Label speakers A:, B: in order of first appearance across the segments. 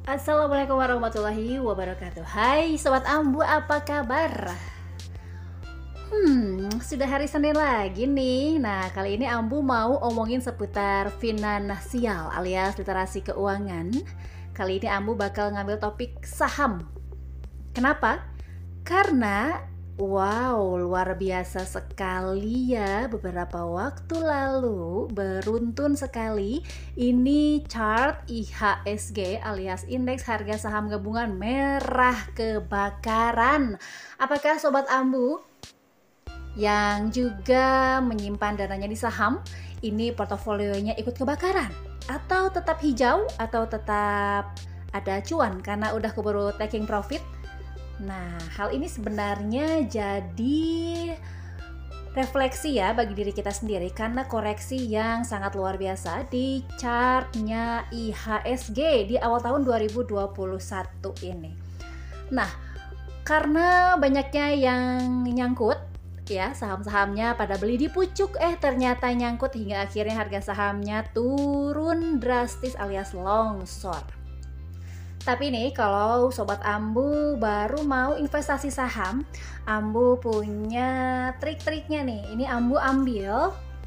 A: Assalamualaikum warahmatullahi wabarakatuh. Hai Sobat Ambu, apa kabar? Sudah hari Senin lagi nih. Nah, kali ini Ambu mau omongin seputar finansial alias literasi keuangan. Kali ini Ambu bakal ngambil topik saham. Kenapa? Karena wow, luar biasa sekali ya, beberapa waktu lalu beruntun sekali ini chart IHSG alias indeks harga saham gabungan merah kebakaran. Apakah Sobat Ambu yang juga menyimpan dananya di saham ini portofolionya ikut kebakaran? Atau tetap hijau? Atau tetap ada cuan karena udah keburu taking profit? Nah, hal ini sebenarnya jadi refleksi ya bagi diri kita sendiri karena koreksi yang sangat luar biasa di chartnya IHSG di awal tahun 2021 ini. Nah, karena banyaknya yang nyangkut ya, saham-sahamnya pada beli di pucuk, ternyata nyangkut hingga akhirnya harga sahamnya turun drastis alias longsor. Tapi nih, kalau Sobat Ambu baru mau investasi saham, Ambu punya trik-triknya nih. Ini Ambu ambil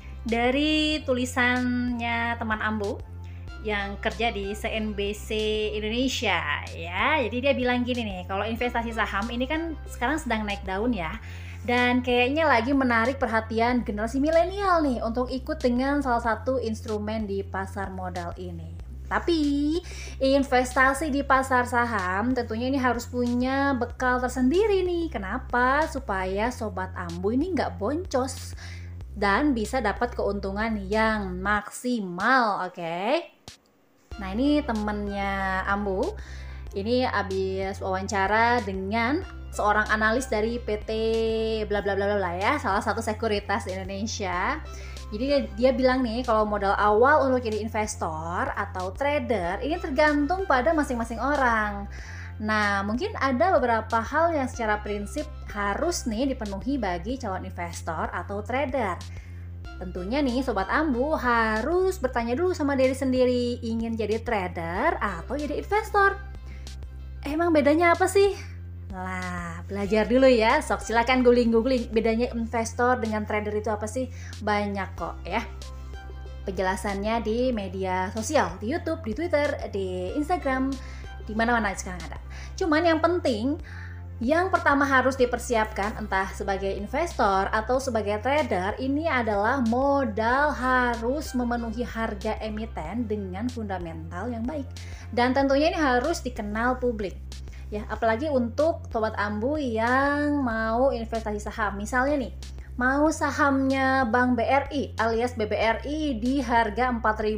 A: dari tulisannya teman Ambu yang kerja di CNBC Indonesia ya. Jadi dia bilang gini nih, kalau investasi saham ini kan sekarang sedang naik daun ya. Dan kayaknya lagi menarik perhatian generasi milenial nih untuk ikut dengan salah satu instrumen di pasar modal ini. Tapi investasi di pasar saham tentunya ini harus punya bekal tersendiri nih. Kenapa? Supaya Sobat Ambu ini nggak boncos dan bisa dapat keuntungan yang maksimal, oke? Nah, ini temennya Ambu. Ini habis wawancara dengan seorang analis dari PT bla bla bla bla ya, salah satu sekuritas Indonesia. Jadi dia bilang nih, kalau modal awal untuk jadi investor atau trader ini tergantung pada masing-masing orang. Nah, mungkin ada beberapa hal yang secara prinsip harus nih dipenuhi bagi calon investor atau trader. Tentunya nih Sobat Ambu harus bertanya dulu sama diri sendiri, ingin jadi trader atau jadi investor? Emang bedanya apa sih? Lah, belajar dulu ya. Sok silakan googling bedanya investor dengan trader itu apa sih? Banyak kok ya. Penjelasannya di media sosial, di YouTube, di Twitter, di Instagram, di mana-mana sekarang ada. Cuman yang penting, yang pertama harus dipersiapkan entah sebagai investor atau sebagai trader, ini adalah modal harus memenuhi harga emiten dengan fundamental yang baik. Dan tentunya ini harus dikenal publik. Ya, apalagi untuk Sobat Ambu yang mau investasi saham. Misalnya nih, mau sahamnya Bank BRI alias BBRI di harga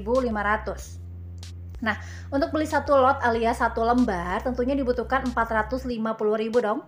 A: 4.500. Nah, untuk beli satu lot alias satu lembar tentunya dibutuhkan 450.000 dong.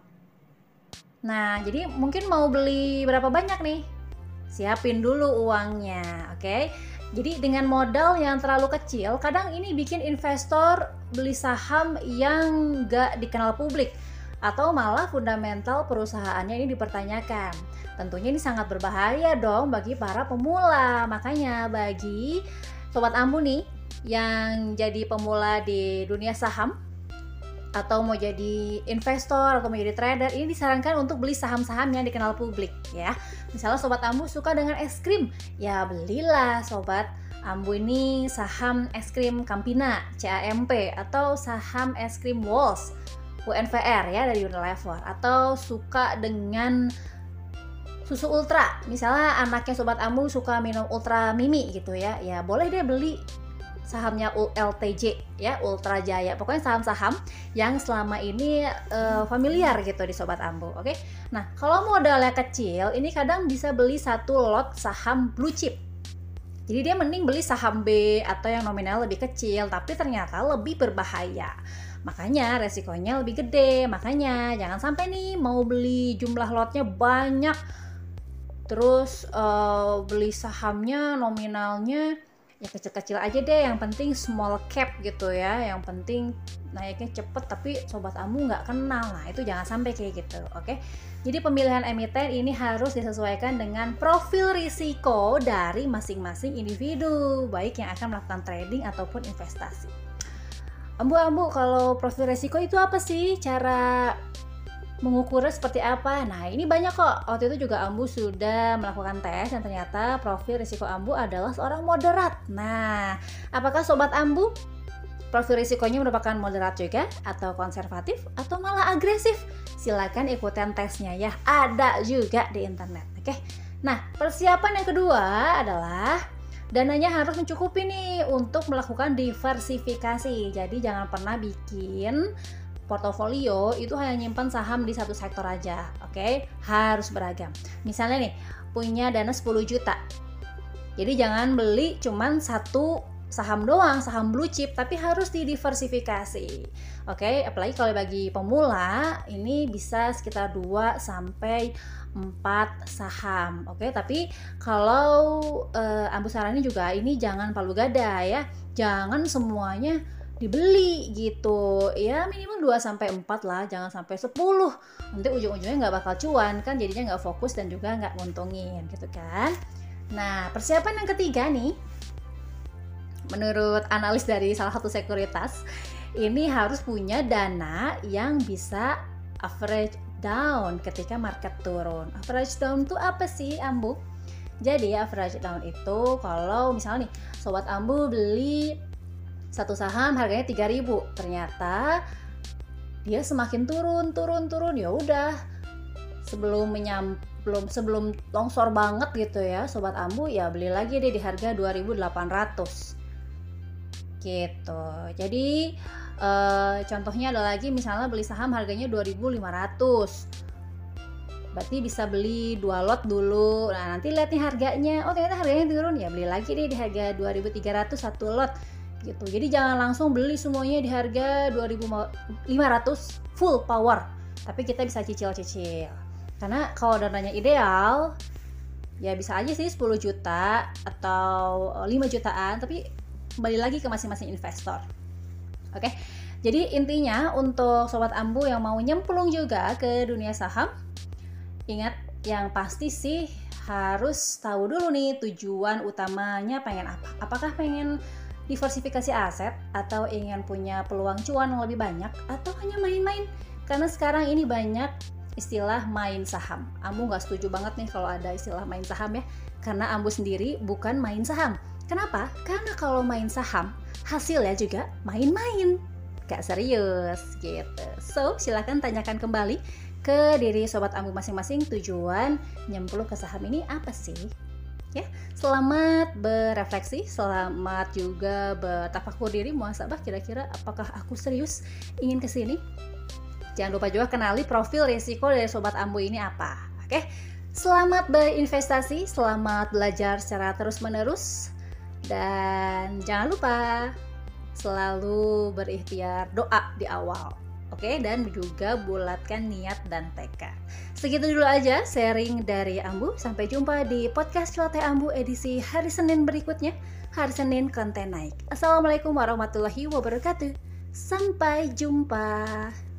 A: Nah, jadi mungkin mau beli berapa banyak nih? Siapin dulu uangnya, oke? Jadi dengan modal yang terlalu kecil, kadang ini bikin investor beli saham yang gak dikenal publik atau malah fundamental perusahaannya ini dipertanyakan. Tentunya ini sangat berbahaya dong bagi para pemula. Makanya bagi Sobat Ambu nih yang jadi pemula di dunia saham atau mau jadi investor atau mau jadi trader, ini disarankan untuk beli saham-saham yang dikenal publik ya. Misalnya Sobat Ambu suka dengan es krim, ya belilah Sobat Ambu ini saham es krim Campina, CAMP, atau saham es krim Walls, UNVR ya dari Unilever. Atau suka dengan susu ultra, misalnya anaknya Sobat Ambu suka minum Ultra Mimi gitu ya, ya boleh deh beli sahamnya ULTJ ya, Ultra Jaya. Pokoknya saham-saham yang selama ini familiar gitu di Sobat Ambu, oke? Nah, kalau modalnya kecil, ini kadang bisa beli satu lot saham blue chip. Jadi dia mending beli saham B atau yang nominal lebih kecil, tapi ternyata lebih berbahaya. Makanya resikonya lebih gede. Makanya jangan sampai nih mau beli jumlah lotnya banyak, terus beli sahamnya nominalnya ya kecil-kecil aja deh, yang penting small cap gitu ya, yang penting naiknya cepet tapi Sobat Ambu nggak kenal. Nah, itu jangan sampai kayak gitu, oke? Jadi pemilihan emiten ini harus disesuaikan dengan profil risiko dari masing-masing individu, baik yang akan melakukan trading ataupun investasi. Ambu, kalau profil resiko itu apa sih? Cara mengukurnya seperti apa? Nah, ini banyak kok. Waktu itu juga Ambu sudah melakukan tes dan ternyata profil risiko Ambu adalah seorang moderat. Nah, apakah sobat Ambu profil risikonya merupakan moderat juga, atau konservatif, atau malah agresif? Silakan ikutan tesnya ya. Ada juga di internet. Oke. Nah, persiapan yang kedua adalah dananya harus mencukupi nih untuk melakukan diversifikasi. Jadi jangan pernah bikin portofolio itu hanya nyimpan saham di satu sektor aja, oke? Harus beragam. Misalnya nih, punya dana 10 juta. Jadi jangan beli cuman satu saham doang, saham blue chip, tapi harus didiversifikasi. Oke, apalagi kalau bagi pemula ini bisa sekitar 2 sampai 4 saham. Oke, tapi kalau Ambu saranin juga ini jangan palu gada ya. Jangan semuanya dibeli gitu. Ya minimum 2 sampai 4 lah, jangan sampai 10. Nanti ujung-ujungnya nggak bakal cuan kan, jadinya nggak fokus dan juga nggak nguntungin gitu kan. Nah, persiapan yang ketiga nih, menurut analis dari salah satu sekuritas, ini harus punya dana yang bisa average down ketika market turun. Average down itu apa sih, Ambu? Jadi average down itu kalau misalnya nih sobat Ambu beli satu saham harganya 3.000, ternyata dia semakin turun, ya udah sebelum longsor banget gitu ya sobat Ambu, ya beli lagi deh di harga 2.800 gitu. Jadi contohnya ada lagi, misalnya beli saham harganya 2.500, berarti bisa beli 2 lot dulu. Nah nanti lihat nih harganya, oh ternyata harganya turun, ya beli lagi deh di harga 2.300 satu lot gitu. Jadi jangan langsung beli semuanya di harga 2.500 full power, tapi kita bisa cicil-cicil. Karena kalau dananya ideal ya bisa aja sih 10 juta atau 5 jutaan, tapi kembali lagi ke masing-masing investor. Oke, jadi intinya untuk sobat Ambu yang mau nyemplung juga ke dunia saham, ingat yang pasti sih harus tahu dulu nih tujuan utamanya pengen apa. Apakah pengen diversifikasi aset, atau ingin punya peluang cuan yang lebih banyak, atau hanya main-main? Karena sekarang ini banyak istilah main saham. Ambu nggak setuju banget nih kalau ada istilah main saham ya, karena Ambu sendiri bukan main saham. Kenapa? Karena kalau main saham, hasilnya juga main-main, gak serius gitu. So, silakan tanyakan kembali ke diri sobat Ambu masing-masing, tujuan nyemplung ke saham ini apa sih? Ya, selamat berefleksi, selamat juga bertafakur diri, muhasabah, kira-kira apakah aku serius ingin kesini? Jangan lupa juga kenali profil risiko dari sobat Ambu ini apa. Oke, selamat berinvestasi, selamat belajar secara terus-menerus. Dan jangan lupa selalu berikhtiar doa di awal, oke? Dan juga bulatkan niat dan tekad. Segitu dulu aja sharing dari Ambu. Sampai jumpa di podcast Celoteh Ambu edisi hari Senin berikutnya. Hari Senin konten naik. Assalamualaikum warahmatullahi wabarakatuh. Sampai jumpa.